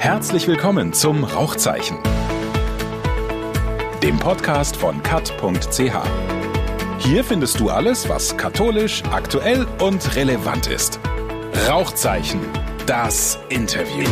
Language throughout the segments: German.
Herzlich willkommen zum Rauchzeichen, dem Podcast von kat.ch. Hier findest du alles, was katholisch, aktuell und relevant ist. Rauchzeichen, das Interview.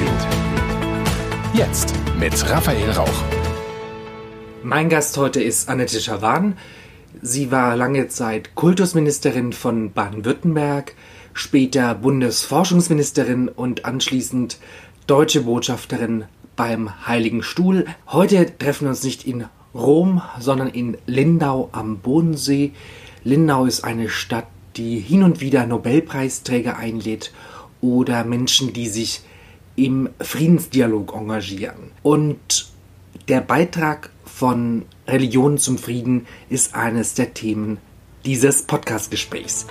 Jetzt mit Raphael Rauch. Mein Gast heute ist Annette Schawan. Sie war lange Zeit Kultusministerin von Baden-Württemberg, später Bundesforschungsministerin und anschließend Deutsche Botschafterin beim Heiligen Stuhl. Heute treffen wir uns nicht in Rom, sondern in Lindau am Bodensee. Lindau ist eine Stadt, die hin und wieder Nobelpreisträger einlädt oder Menschen, die sich im Friedensdialog engagieren. Und der Beitrag von Religion zum Frieden ist eines der Themen dieses Podcast-Gesprächs.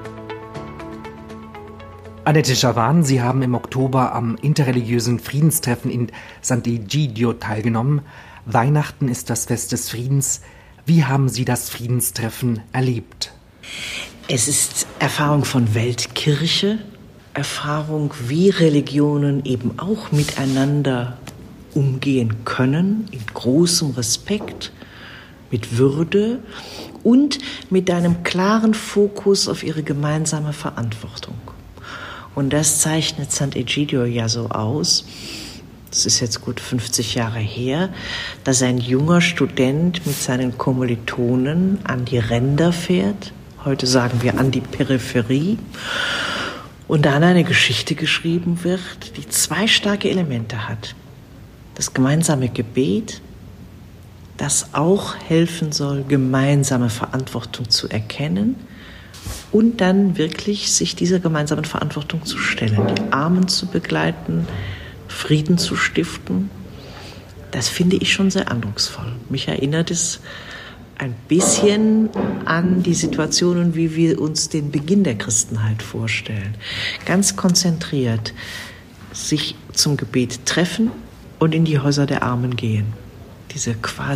Annette Schawan, Sie haben im Oktober am interreligiösen Friedenstreffen in Sant'Egidio teilgenommen. Weihnachten ist das Fest des Friedens. Wie haben Sie das Friedenstreffen erlebt? Es ist Erfahrung von Weltkirche, Erfahrung, wie Religionen eben auch miteinander umgehen können, in großem Respekt, mit Würde und mit einem klaren Fokus auf ihre gemeinsame Verantwortung. Und das zeichnet Sant'Egidio ja so aus, das ist jetzt gut 50 Jahre her, dass ein junger Student mit seinen Kommilitonen an die Ränder fährt, heute sagen wir an die Peripherie, und dann eine Geschichte geschrieben wird, die zwei starke Elemente hat. Das gemeinsame Gebet, das auch helfen soll, gemeinsame Verantwortung zu erkennen und dann wirklich sich dieser gemeinsamen Verantwortung zu stellen, die Armen zu begleiten, Frieden zu stiften. Das finde ich schon sehr eindrucksvoll. Mich erinnert es ein bisschen an die Situationen, wie wir uns den Beginn der Christenheit vorstellen. Ganz konzentriert sich zum Gebet treffen und in die Häuser der Armen gehen. Diese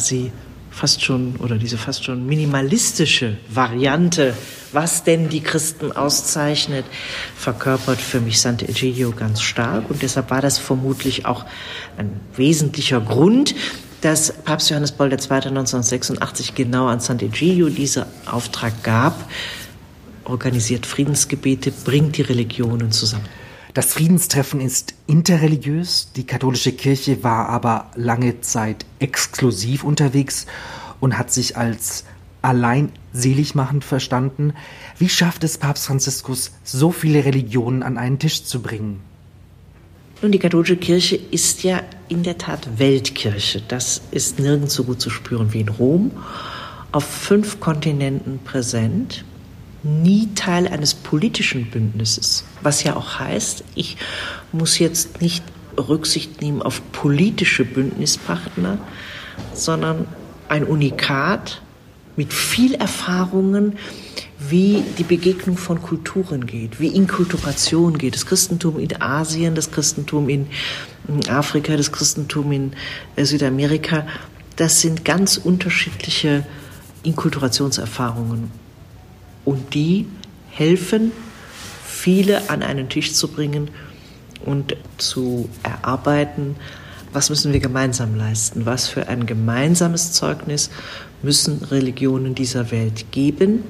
fast schon minimalistische Variante, was denn die Christen auszeichnet, verkörpert für mich Sant'Egidio ganz stark. Und deshalb war das vermutlich auch ein wesentlicher Grund, dass Papst Johannes Paul II. 1986 genau an Sant'Egidio diesen Auftrag gab: organisiert Friedensgebete, bringt die Religionen zusammen. Das Friedenstreffen ist interreligiös, die katholische Kirche war aber lange Zeit exklusiv unterwegs und hat sich als allein seligmachend verstanden. Wie schafft es Papst Franziskus, so viele Religionen an einen Tisch zu bringen? Nun, die katholische Kirche ist ja in der Tat Weltkirche. Das ist nirgends so gut zu spüren wie in Rom. Auf 5 Kontinenten präsent. Nie Teil eines politischen Bündnisses, was ja auch heißt, ich muss jetzt nicht Rücksicht nehmen auf politische Bündnispartner, sondern ein Unikat mit viel Erfahrungen, wie die Begegnung von Kulturen geht, wie Inkulturation geht, das Christentum in Asien, das Christentum in Afrika, das Christentum in Südamerika, das sind ganz unterschiedliche Inkulturationserfahrungen. Und die helfen, viele an einen Tisch zu bringen und zu erarbeiten, was müssen wir gemeinsam leisten, was für ein gemeinsames Zeugnis müssen Religionen dieser Welt geben,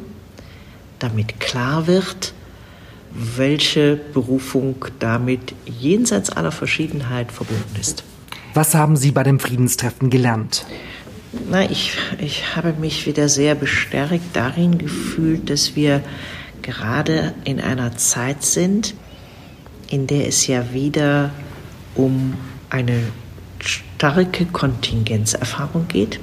damit klar wird, welche Berufung damit jenseits aller Verschiedenheit verbunden ist. Was haben Sie bei dem Friedenstreffen gelernt? Ich habe mich wieder sehr bestärkt darin gefühlt, dass wir gerade in einer Zeit sind, in der es ja wieder um eine starke Kontingenzerfahrung geht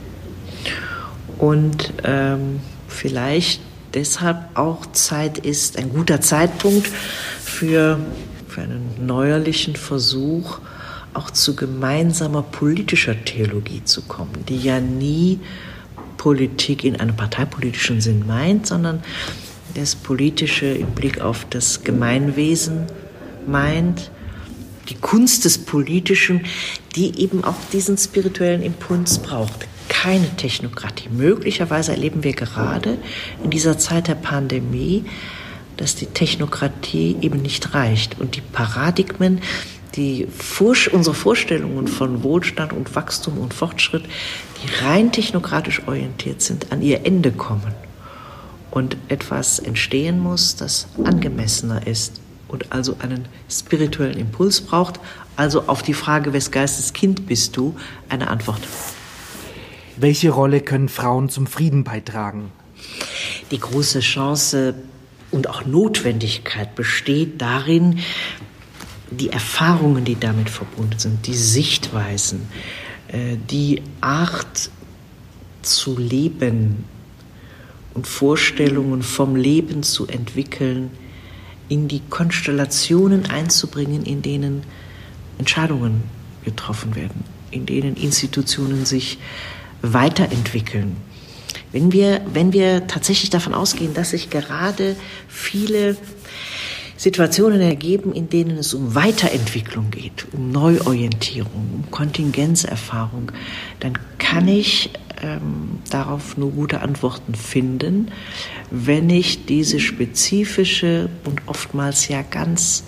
und vielleicht deshalb auch Zeit ist, ein guter Zeitpunkt für einen neuerlichen Versuch, auch zu gemeinsamer politischer Theologie zu kommen, die ja nie Politik in einem parteipolitischen Sinn meint, sondern das Politische im Blick auf das Gemeinwesen meint, die Kunst des Politischen, die eben auch diesen spirituellen Impuls braucht. Keine Technokratie. Möglicherweise erleben wir gerade in dieser Zeit der Pandemie, dass die Technokratie eben nicht reicht und die Paradigmen, unsere Vorstellungen von Wohlstand und Wachstum und Fortschritt, die rein technokratisch orientiert sind, an ihr Ende kommen und etwas entstehen muss, das angemessener ist und also einen spirituellen Impuls braucht, also auf die Frage, wes Geistes Kind bist du, eine Antwort. Welche Rolle können Frauen zum Frieden beitragen? Die große Chance und auch Notwendigkeit besteht darin, die Erfahrungen, die damit verbunden sind, die Sichtweisen, die Art zu leben und Vorstellungen vom Leben zu entwickeln, in die Konstellationen einzubringen, in denen Entscheidungen getroffen werden, in denen Institutionen sich weiterentwickeln. Wenn wir tatsächlich davon ausgehen, dass sich gerade viele Situationen ergeben, in denen es um Weiterentwicklung geht, um Neuorientierung, um Kontingenzerfahrung, dann kann ich darauf nur gute Antworten finden, wenn ich diese spezifische und oftmals ja ganz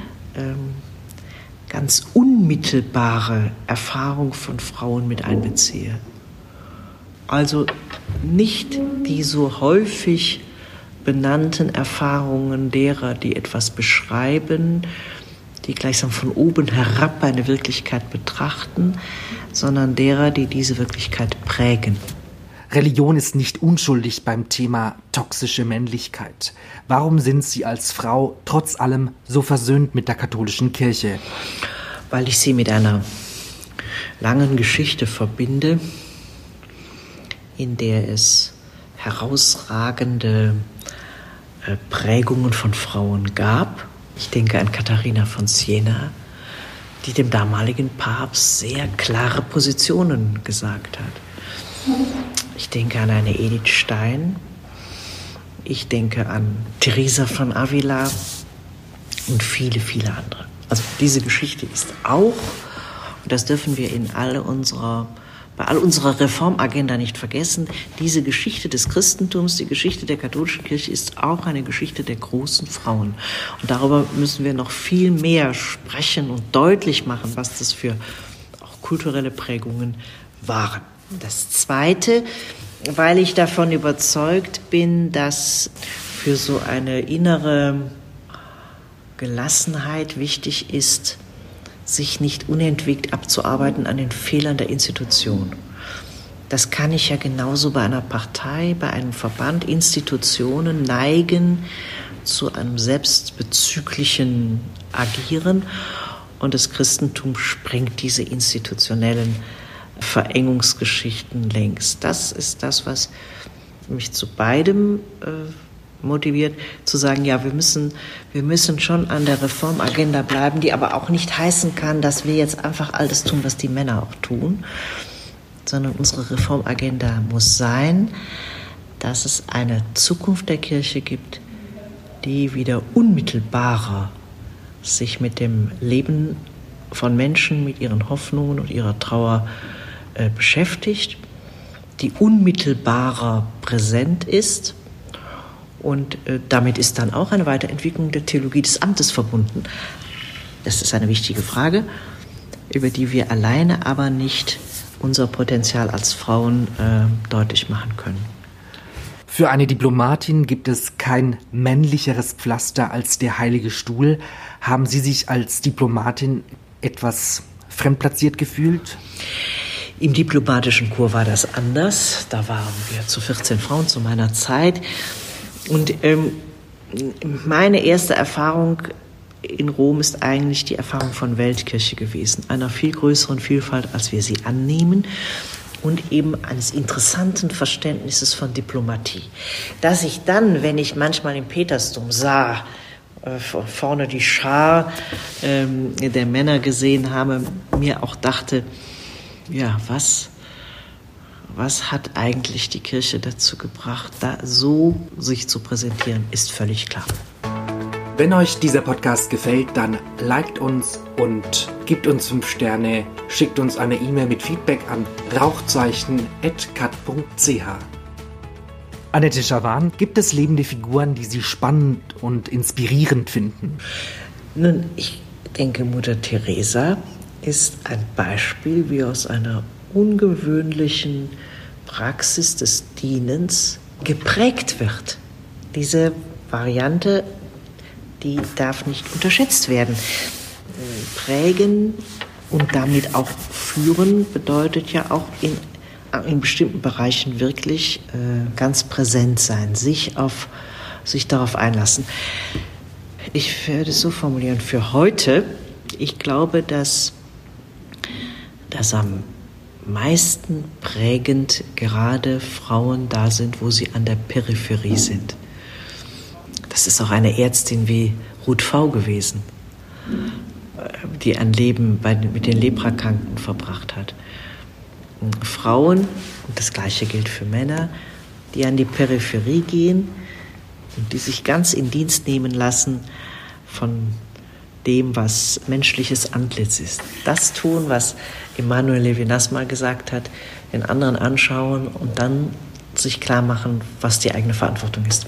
unmittelbare Erfahrung von Frauen mit einbeziehe. Also nicht die so häufig benannten Erfahrungen derer, die etwas beschreiben, die gleichsam von oben herab eine Wirklichkeit betrachten, sondern derer, die diese Wirklichkeit prägen. Religion ist nicht unschuldig beim Thema toxische Männlichkeit. Warum sind Sie als Frau trotz allem so versöhnt mit der katholischen Kirche? Weil ich sie mit einer langen Geschichte verbinde, in der es herausragende Prägungen von Frauen gab. Ich denke an Katharina von Siena, die dem damaligen Papst sehr klare Positionen gesagt hat. Ich denke an eine Edith Stein. Ich denke an Teresa von Avila und viele, viele andere. Also diese Geschichte ist auch, und das dürfen wir bei all unserer Reformagenda nicht vergessen, diese Geschichte des Christentums, die Geschichte der katholischen Kirche ist auch eine Geschichte der großen Frauen. Und darüber müssen wir noch viel mehr sprechen und deutlich machen, was das für auch kulturelle Prägungen waren. Das Zweite, weil ich davon überzeugt bin, dass für so eine innere Gelassenheit wichtig ist, sich nicht unentwegt abzuarbeiten an den Fehlern der Institution. Das kann ich ja genauso bei einer Partei, bei einem Verband. Institutionen neigen zu einem selbstbezüglichen Agieren und das Christentum sprengt diese institutionellen Verengungsgeschichten längst. Das ist das, was mich zu beidem motiviert, zu sagen, ja, wir müssen schon an der Reformagenda bleiben, die aber auch nicht heißen kann, dass wir jetzt einfach alles tun, was die Männer auch tun, sondern unsere Reformagenda muss sein, dass es eine Zukunft der Kirche gibt, die wieder unmittelbarer sich mit dem Leben von Menschen, mit ihren Hoffnungen und ihrer Trauer beschäftigt, die unmittelbarer präsent ist. Und damit ist dann auch eine Weiterentwicklung der Theologie des Amtes verbunden. Das ist eine wichtige Frage, über die wir alleine aber nicht unser Potenzial als Frauen deutlich machen können. Für eine Diplomatin gibt es kein männlicheres Pflaster als der Heilige Stuhl. Haben Sie sich als Diplomatin etwas fremdplatziert gefühlt? Im diplomatischen Korps war das anders. Da waren wir zu 14 Frauen zu meiner Zeit. Und meine erste Erfahrung in Rom ist eigentlich die Erfahrung von Weltkirche gewesen, einer viel größeren Vielfalt, als wir sie annehmen, und eben eines interessanten Verständnisses von Diplomatie. Dass ich dann, wenn ich manchmal im Petersdom sah, vorne die Schar der Männer gesehen habe, mir auch dachte, ja, was hat eigentlich die Kirche dazu gebracht, da so sich zu präsentieren, ist völlig klar. Wenn euch dieser Podcast gefällt, dann liked uns und gebt uns 5 Sterne, schickt uns eine E-Mail mit Feedback an rauchzeichen@kat.ch. Annette Schawan, gibt es lebende Figuren, die Sie spannend und inspirierend finden? Nun, ich denke, Mutter Teresa ist ein Beispiel, wie aus einer ungewöhnlichen Praxis des Dienens geprägt wird. Diese Variante, die darf nicht unterschätzt werden. Prägen und damit auch führen bedeutet ja auch in bestimmten Bereichen wirklich ganz präsent sein, sich darauf einlassen. Ich werde es so formulieren, für heute, ich glaube, dass am meisten prägend gerade Frauen da sind, wo sie an der Peripherie sind. Das ist auch eine Ärztin wie Ruth V. gewesen, die ein Leben mit den Leprakranken verbracht hat. Frauen, und das Gleiche gilt für Männer, die an die Peripherie gehen und die sich ganz in Dienst nehmen lassen von dem, was menschliches Antlitz ist. Das tun, was Emmanuel Levinas mal gesagt hat, den anderen anschauen und dann sich klar machen, was die eigene Verantwortung ist.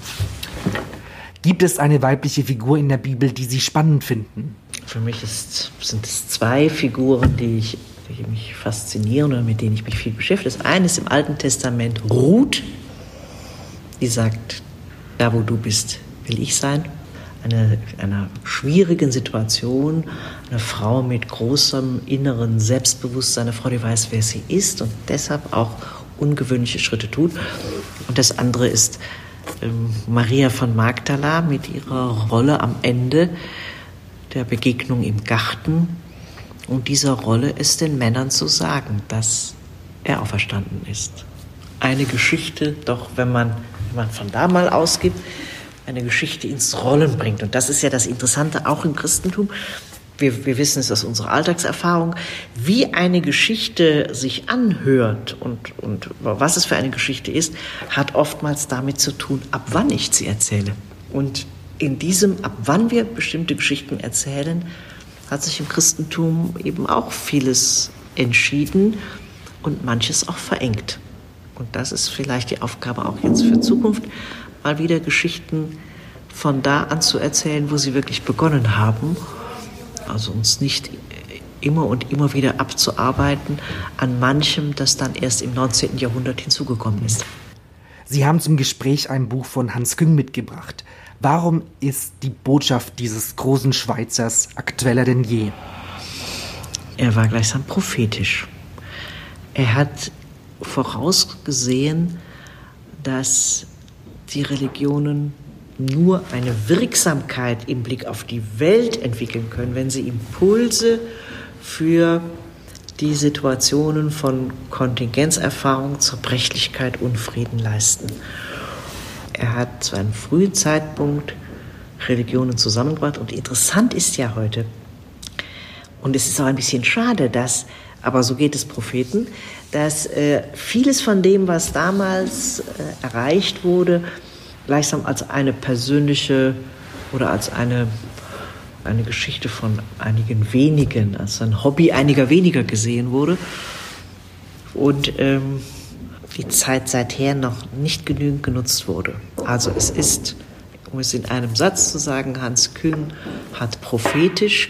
Gibt es eine weibliche Figur in der Bibel, die Sie spannend finden? Für mich sind es zwei Figuren, die mich faszinieren oder mit denen ich mich viel beschäftige. Das eine ist im Alten Testament Ruth, die sagt, da wo du bist, will ich sein. Einer schwierigen Situation, eine Frau mit großem inneren Selbstbewusstsein, eine Frau, die weiß, wer sie ist und deshalb auch ungewöhnliche Schritte tut. Und das andere ist Maria von Magdala mit ihrer Rolle am Ende der Begegnung im Garten und dieser Rolle es den Männern zu sagen, dass er auferstanden ist. Eine Geschichte, doch wenn man von da mal ausgibt, eine Geschichte ins Rollen bringt. Und das ist ja das Interessante auch im Christentum. Wir wissen es aus unserer Alltagserfahrung, wie eine Geschichte sich anhört und was es für eine Geschichte ist, hat oftmals damit zu tun, ab wann ich sie erzähle. Und in diesem, ab wann wir bestimmte Geschichten erzählen, hat sich im Christentum eben auch vieles entschieden und manches auch verengt. Und das ist vielleicht die Aufgabe auch jetzt für Zukunft, mal wieder Geschichten von da an zu erzählen, wo sie wirklich begonnen haben. Also uns nicht immer und immer wieder abzuarbeiten an manchem, das dann erst im 19. Jahrhundert hinzugekommen ist. Sie haben zum Gespräch ein Buch von Hans Küng mitgebracht. Warum ist die Botschaft dieses großen Schweizers aktueller denn je? Er war gleichsam prophetisch. Er hat vorausgesehen, dass die Religionen nur eine Wirksamkeit im Blick auf die Welt entwickeln können, wenn sie Impulse für die Situationen von Kontingenzerfahrung, Zerbrechlichkeit, Unfrieden leisten. Er hat zu einem frühen Zeitpunkt Religionen zusammengebracht und interessant ist ja heute, und es ist auch ein bisschen schade, aber so geht es Propheten, dass vieles von dem, was damals erreicht wurde, gleichsam als eine persönliche oder als eine Geschichte von einigen wenigen, als ein Hobby einiger weniger gesehen wurde und die Zeit seither noch nicht genügend genutzt wurde. Also es ist, um es in einem Satz zu sagen, Hans Küng hat prophetisch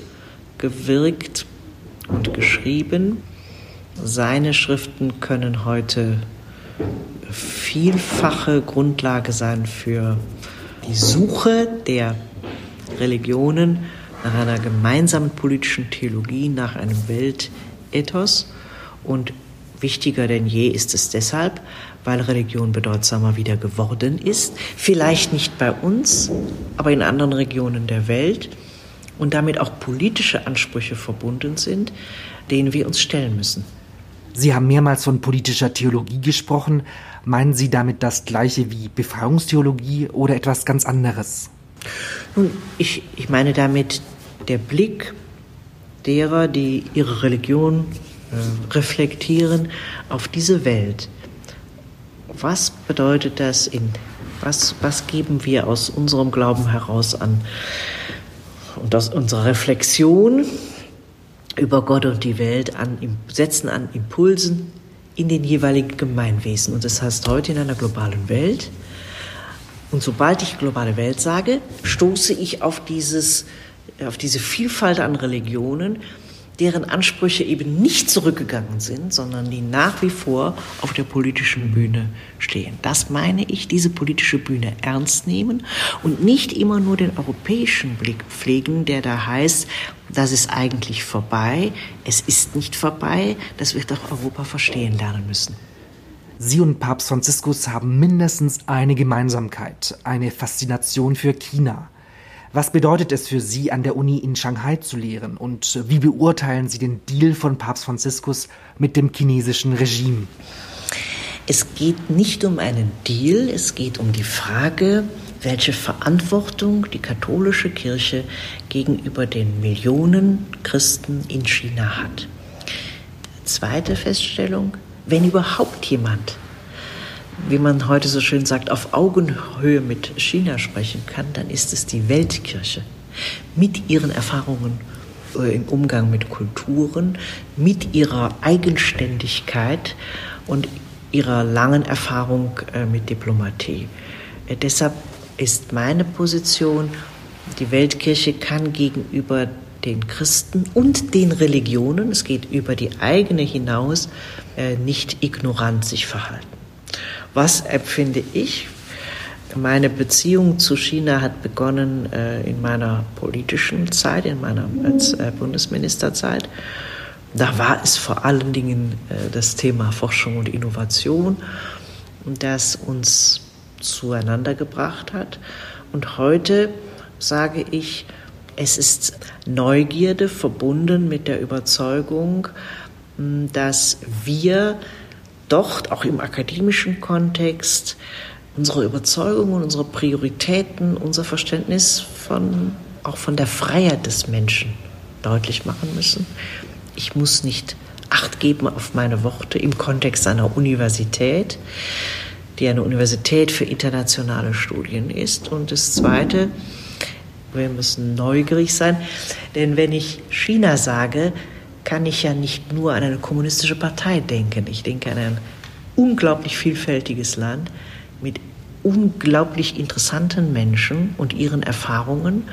gewirkt und geschrieben. Seine Schriften können heute vielfache Grundlage sein für die Suche der Religionen nach einer gemeinsamen politischen Theologie, nach einem Weltethos. Und wichtiger denn je ist es deshalb, weil Religion bedeutsamer wieder geworden ist. Vielleicht nicht bei uns, aber in anderen Regionen der Welt. Und damit auch politische Ansprüche verbunden sind, denen wir uns stellen müssen. Sie haben mehrmals von politischer Theologie gesprochen. Meinen Sie damit das Gleiche wie Befreiungstheologie oder etwas ganz anderes? Nun, ich meine damit der Blick derer, die ihre Religion reflektieren, auf diese Welt. Was bedeutet das was geben wir aus unserem Glauben heraus an und aus unserer Reflexion über Gott und die Welt setzen an Impulsen in den jeweiligen Gemeinwesen. Und das heißt heute in einer globalen Welt. Und sobald ich globale Welt sage, stoße ich auf dieses auf diese Vielfalt an Religionen, deren Ansprüche eben nicht zurückgegangen sind, sondern die nach wie vor auf der politischen Bühne stehen. Das meine ich, diese politische Bühne ernst nehmen und nicht immer nur den europäischen Blick pflegen, der da heißt, das ist eigentlich vorbei, es ist nicht vorbei, das wird auch Europa verstehen lernen müssen. Sie und Papst Franziskus haben mindestens eine Gemeinsamkeit, eine Faszination für China. Was bedeutet es für Sie, an der Uni in Shanghai zu lehren? Und wie beurteilen Sie den Deal von Papst Franziskus mit dem chinesischen Regime? Es geht nicht um einen Deal, es geht um die Frage, welche Verantwortung die katholische Kirche gegenüber den Millionen Christen in China hat. Zweite Feststellung, wenn überhaupt jemand, wie man heute so schön sagt, auf Augenhöhe mit China sprechen kann, dann ist es die Weltkirche mit ihren Erfahrungen im Umgang mit Kulturen, mit ihrer Eigenständigkeit und ihrer langen Erfahrung mit Diplomatie. Deshalb ist meine Position, die Weltkirche kann gegenüber den Christen und den Religionen, es geht über die eigene hinaus, nicht ignorant sich verhalten. Was empfinde ich? Meine Beziehung zu China hat begonnen in meiner politischen Zeit, in meiner als Bundesministerzeit. Da war es vor allen Dingen das Thema Forschung und Innovation, das uns zueinander gebracht hat. Und heute sage ich, es ist Neugierde verbunden mit der Überzeugung, dass wir doch auch im akademischen Kontext unsere Überzeugungen, unsere Prioritäten, unser Verständnis auch von der Freiheit des Menschen deutlich machen müssen. Ich muss nicht Acht geben auf meine Worte im Kontext einer Universität, die eine Universität für internationale Studien ist. Und das Zweite, wir müssen neugierig sein, denn wenn ich China sage, kann ich ja nicht nur an eine kommunistische Partei denken. Ich denke an ein unglaublich vielfältiges Land mit unglaublich interessanten Menschen und ihren Erfahrungen,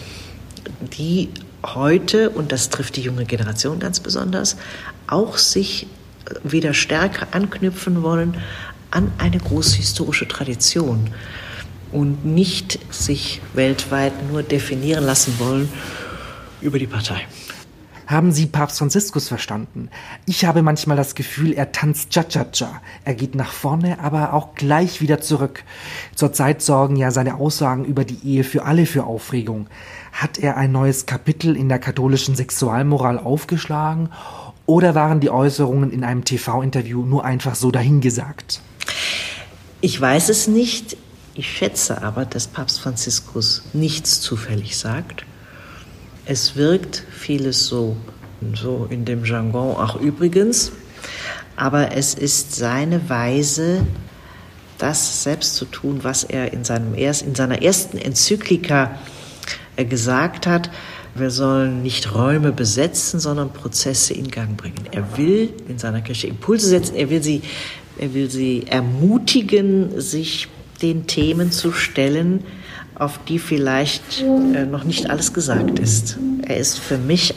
die heute, und das trifft die junge Generation ganz besonders, auch sich wieder stärker anknüpfen wollen an eine große historische Tradition und nicht sich weltweit nur definieren lassen wollen über die Partei. Haben Sie Papst Franziskus verstanden? Ich habe manchmal das Gefühl, er tanzt Cha-Cha-Cha. Er geht nach vorne, aber auch gleich wieder zurück. Zurzeit sorgen ja seine Aussagen über die Ehe für alle für Aufregung. Hat er ein neues Kapitel in der katholischen Sexualmoral aufgeschlagen? Oder waren die Äußerungen in einem TV-Interview nur einfach so dahingesagt? Ich weiß es nicht. Ich schätze aber, dass Papst Franziskus nichts zufällig sagt. Es wirkt vieles so in dem Jargon auch übrigens, aber es ist seine Weise, das selbst zu tun, was er in seiner ersten Enzyklika gesagt hat. Wir sollen nicht Räume besetzen, sondern Prozesse in Gang bringen. Er will in seiner Kirche Impulse setzen, er will sie ermutigen, sich den Themen zu stellen, auf die vielleicht noch nicht alles gesagt ist. Er ist für mich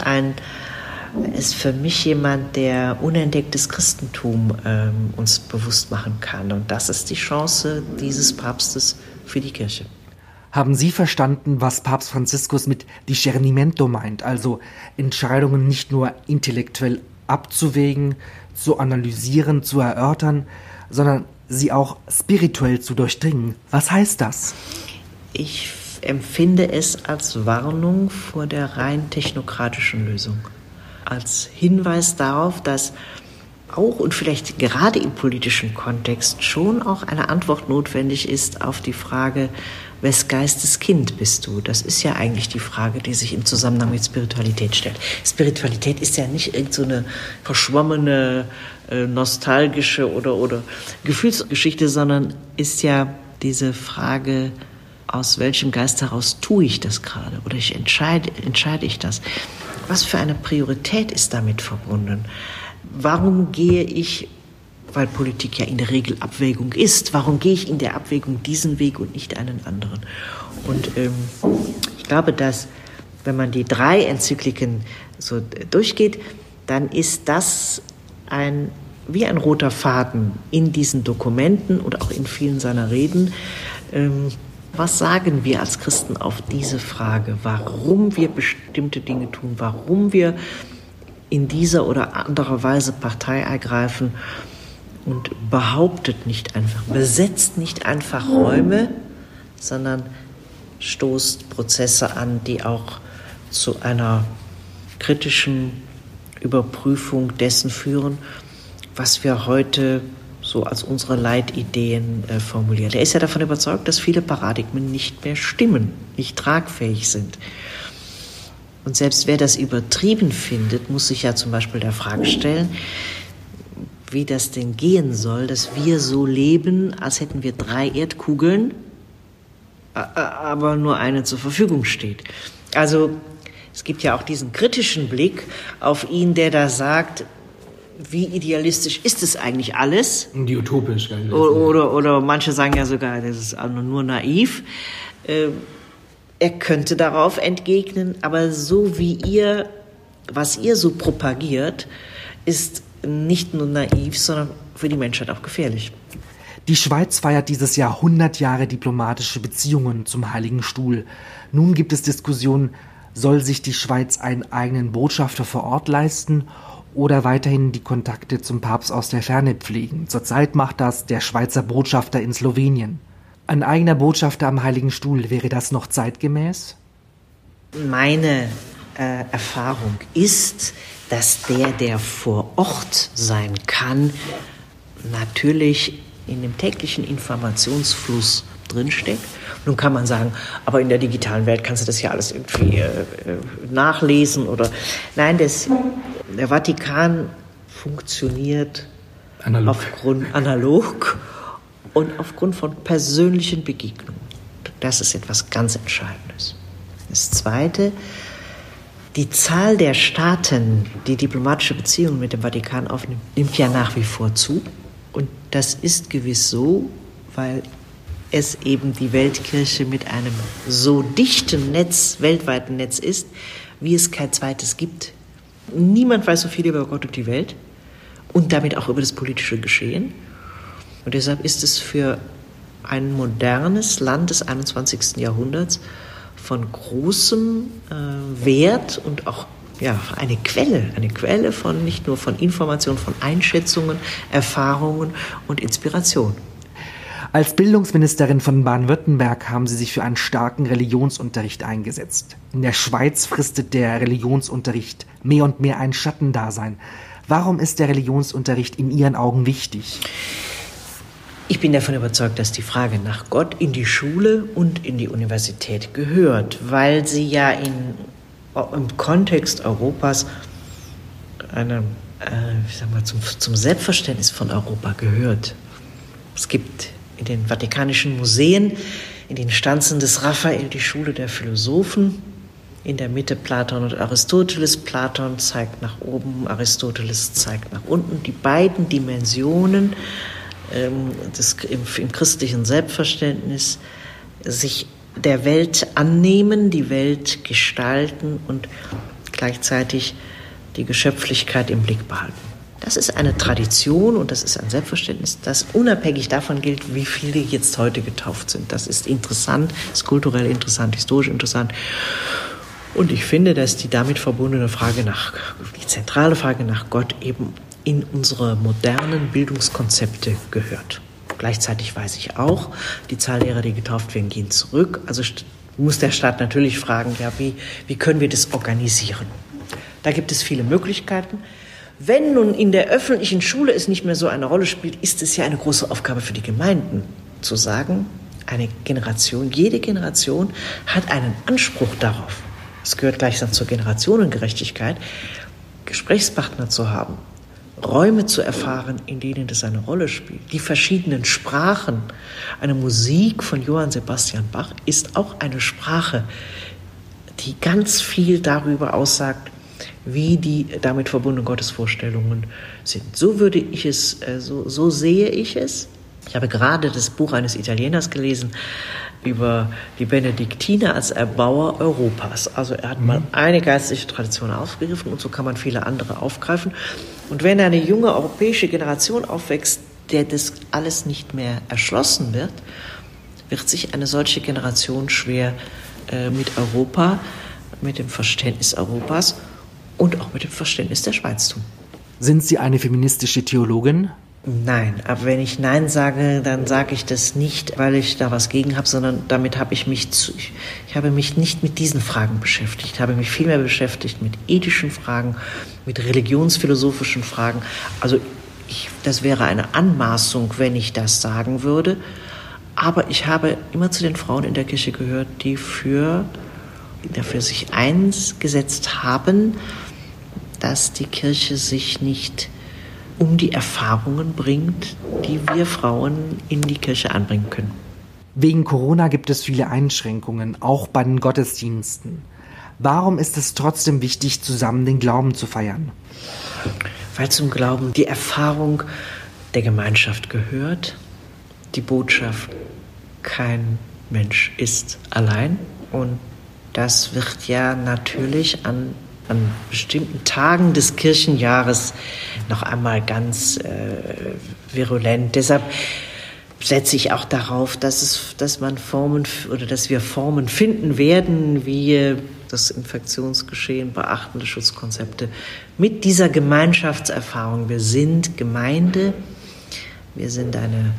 jemand, der unentdecktes Christentum uns bewusst machen kann. Und das ist die Chance dieses Papstes für die Kirche. Haben Sie verstanden, was Papst Franziskus mit Discernimento meint, also Entscheidungen nicht nur intellektuell abzuwägen, zu analysieren, zu erörtern, sondern sie auch spirituell zu durchdringen? Was heißt das? Ich empfinde es als Warnung vor der rein technokratischen Lösung, als Hinweis darauf, dass auch und vielleicht gerade im politischen Kontext schon auch eine Antwort notwendig ist auf die Frage, wes Geistes Kind bist du? Das ist ja eigentlich die Frage, die sich im Zusammenhang mit Spiritualität stellt. Spiritualität ist ja nicht irgend so eine verschwommene, nostalgische oder Gefühlsgeschichte, sondern ist ja diese Frage, aus welchem Geist heraus tue ich das gerade? Oder entscheide ich das? Was für eine Priorität ist damit verbunden? Warum gehe ich, weil Politik ja in der Regel Abwägung ist, warum gehe ich in der Abwägung diesen Weg und nicht einen anderen? Und ich glaube, dass wenn man die 3 Enzykliken so durchgeht, dann ist das wie ein roter Faden in diesen Dokumenten und auch in vielen seiner Reden. Was sagen wir als Christen auf diese Frage, warum wir bestimmte Dinge tun, warum wir in dieser oder anderer Weise Partei ergreifen, und behauptet nicht einfach, besetzt nicht einfach Räume, sondern stoßt Prozesse an, die auch zu einer kritischen Überprüfung dessen führen, was wir heute so als unsere Leitideen formulieren. Er ist ja davon überzeugt, dass viele Paradigmen nicht mehr stimmen, nicht tragfähig sind. Und selbst wer das übertrieben findet, muss sich ja zum Beispiel der Frage stellen, wie das denn gehen soll, dass wir so leben, als hätten wir 3 Erdkugeln, aber nur eine zur Verfügung steht. Also es gibt ja auch diesen kritischen Blick auf ihn, der da sagt, wie idealistisch ist es eigentlich alles? Die utopisch. Oder manche sagen ja sogar, das ist nur naiv. Er könnte darauf entgegnen, aber so wie was ihr so propagiert, ist nicht nur naiv, sondern für die Menschheit auch gefährlich. Die Schweiz feiert dieses Jahr 100 Jahre diplomatische Beziehungen zum Heiligen Stuhl. Nun gibt es Diskussionen, soll sich die Schweiz einen eigenen Botschafter vor Ort leisten oder weiterhin die Kontakte zum Papst aus der Ferne pflegen. Zurzeit macht das der Schweizer Botschafter in Slowenien. Ein eigener Botschafter am Heiligen Stuhl, wäre das noch zeitgemäß? Meine Erfahrung ist, dass der vor Ort sein kann, natürlich in dem täglichen Informationsfluss drinsteckt. Nun kann man sagen, aber in der digitalen Welt kannst du das ja alles irgendwie nachlesen oder... Nein, der Vatikan funktioniert analog und aufgrund von persönlichen Begegnungen. Das ist etwas ganz Entscheidendes. Das Zweite, die Zahl der Staaten, die diplomatische Beziehungen mit dem Vatikan aufnimmt, nimmt ja nach wie vor zu. Und das ist gewiss so, weil es eben die Weltkirche mit einem so dichten weltweiten Netz ist, wie es kein zweites gibt. Niemand weiß so viel über Gott und die Welt und damit auch über das politische Geschehen. Und deshalb ist es für ein modernes Land des 21. Jahrhunderts von großem Wert und auch eine Quelle von nicht nur von Informationen, von Einschätzungen, Erfahrungen und Inspiration. Als Bildungsministerin von Baden-Württemberg haben Sie sich für einen starken Religionsunterricht eingesetzt. In der Schweiz fristet der Religionsunterricht mehr und mehr ein Schattendasein. Warum ist der Religionsunterricht in Ihren Augen wichtig? Ich bin davon überzeugt, dass die Frage nach Gott in die Schule und in die Universität gehört, weil sie ja im Kontext Europas zum Selbstverständnis von Europa gehört. Es gibt in den Vatikanischen Museen, in den Stanzen des Raphael, die Schule der Philosophen. In der Mitte Platon und Aristoteles. Platon zeigt nach oben, Aristoteles zeigt nach unten. Die beiden Dimensionen im christlichen Selbstverständnis sich der Welt annehmen, die Welt gestalten und gleichzeitig die Geschöpflichkeit im Blick behalten. Das ist eine Tradition und das ist ein Selbstverständnis, das unabhängig davon gilt, wie viele jetzt heute getauft sind. Das ist interessant, ist kulturell interessant, historisch interessant. Und ich finde, dass die damit verbundene die zentrale Frage nach Gott eben in unsere modernen Bildungskonzepte gehört. Gleichzeitig weiß ich auch, die Zahl derer, die getauft werden, gehen zurück. Also muss der Staat natürlich fragen, wie können wir das organisieren? Da gibt es viele Möglichkeiten. Wenn nun in der öffentlichen Schule es nicht mehr so eine Rolle spielt, ist es ja eine große Aufgabe für die Gemeinden, zu sagen, jede Generation hat einen Anspruch darauf. Es gehört gleichsam zur Generationengerechtigkeit, Gesprächspartner zu haben, Räume zu erfahren, in denen das eine Rolle spielt. Die verschiedenen Sprachen. Eine Musik von Johann Sebastian Bach ist auch eine Sprache, die ganz viel darüber aussagt, wie die damit verbundenen Gottesvorstellungen sind. So würde ich es, so sehe ich es. Ich habe gerade das Buch eines Italieners gelesen, über die Benediktiner als Erbauer Europas. Also er hat mal eine geistliche Tradition aufgegriffen und so kann man viele andere aufgreifen. Und wenn eine junge europäische Generation aufwächst, der das alles nicht mehr erschlossen wird, wird sich eine solche Generation schwer mit Europa, mit dem Verständnis Europas und auch mit dem Verständnis der Schweiz tun. Sind Sie eine feministische Theologin? Nein, aber wenn ich Nein sage, dann sage ich das nicht, weil ich da was gegen habe, sondern damit habe ich mich nicht mit diesen Fragen beschäftigt. Ich habe mich vielmehr beschäftigt mit ethischen Fragen, mit religionsphilosophischen Fragen. Also das wäre eine Anmaßung, wenn ich das sagen würde. Aber ich habe immer zu den Frauen in der Kirche gehört, die dafür sich eingesetzt haben, dass die Kirche sich nicht um die Erfahrungen bringt, die wir Frauen in die Kirche anbringen können. Wegen Corona gibt es viele Einschränkungen, auch bei den Gottesdiensten. Warum ist es trotzdem wichtig, zusammen den Glauben zu feiern? Weil zum Glauben die Erfahrung der Gemeinschaft gehört, die Botschaft, kein Mensch ist allein. Und das wird ja natürlich an bestimmten Tagen des Kirchenjahres noch einmal ganz virulent. Deshalb setze ich auch darauf, dass wir Formen finden werden, wie das Infektionsgeschehen beachtende Schutzkonzepte mit dieser Gemeinschaftserfahrung. Wir sind Gemeinde, wir sind eine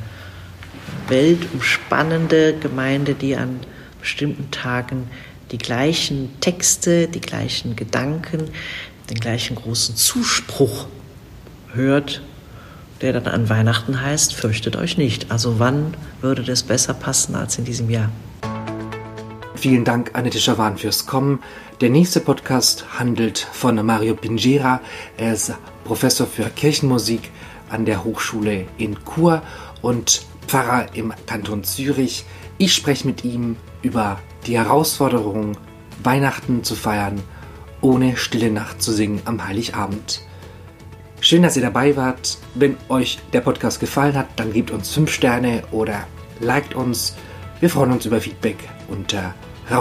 weltumspannende Gemeinde, die an bestimmten Tagen die gleichen Texte, die gleichen Gedanken, den gleichen großen Zuspruch hört, der dann an Weihnachten heißt, fürchtet euch nicht. Also wann würde das besser passen als in diesem Jahr? Vielen Dank, Annette Schawan, fürs Kommen. Der nächste Podcast handelt von Mario Pingiera. Er ist Professor für Kirchenmusik an der Hochschule in Chur und Pfarrer im Kanton Zürich. Ich spreche mit ihm über die Herausforderung, Weihnachten zu feiern, ohne Stille Nacht zu singen am Heiligabend. Schön, dass ihr dabei wart. Wenn euch der Podcast gefallen hat, dann gebt uns 5 Sterne oder liked uns. Wir freuen uns über Feedback unter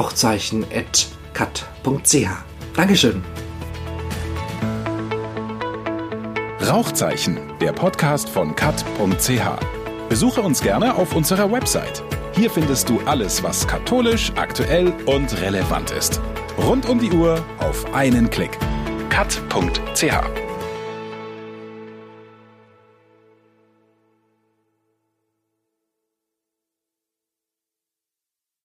rauchzeichen@kat.ch. Dankeschön. Rauchzeichen, der Podcast von kat.ch. Besuche uns gerne auf unserer Website. Hier findest du alles, was katholisch, aktuell und relevant ist. Rund um die Uhr auf einen Klick. kat.ch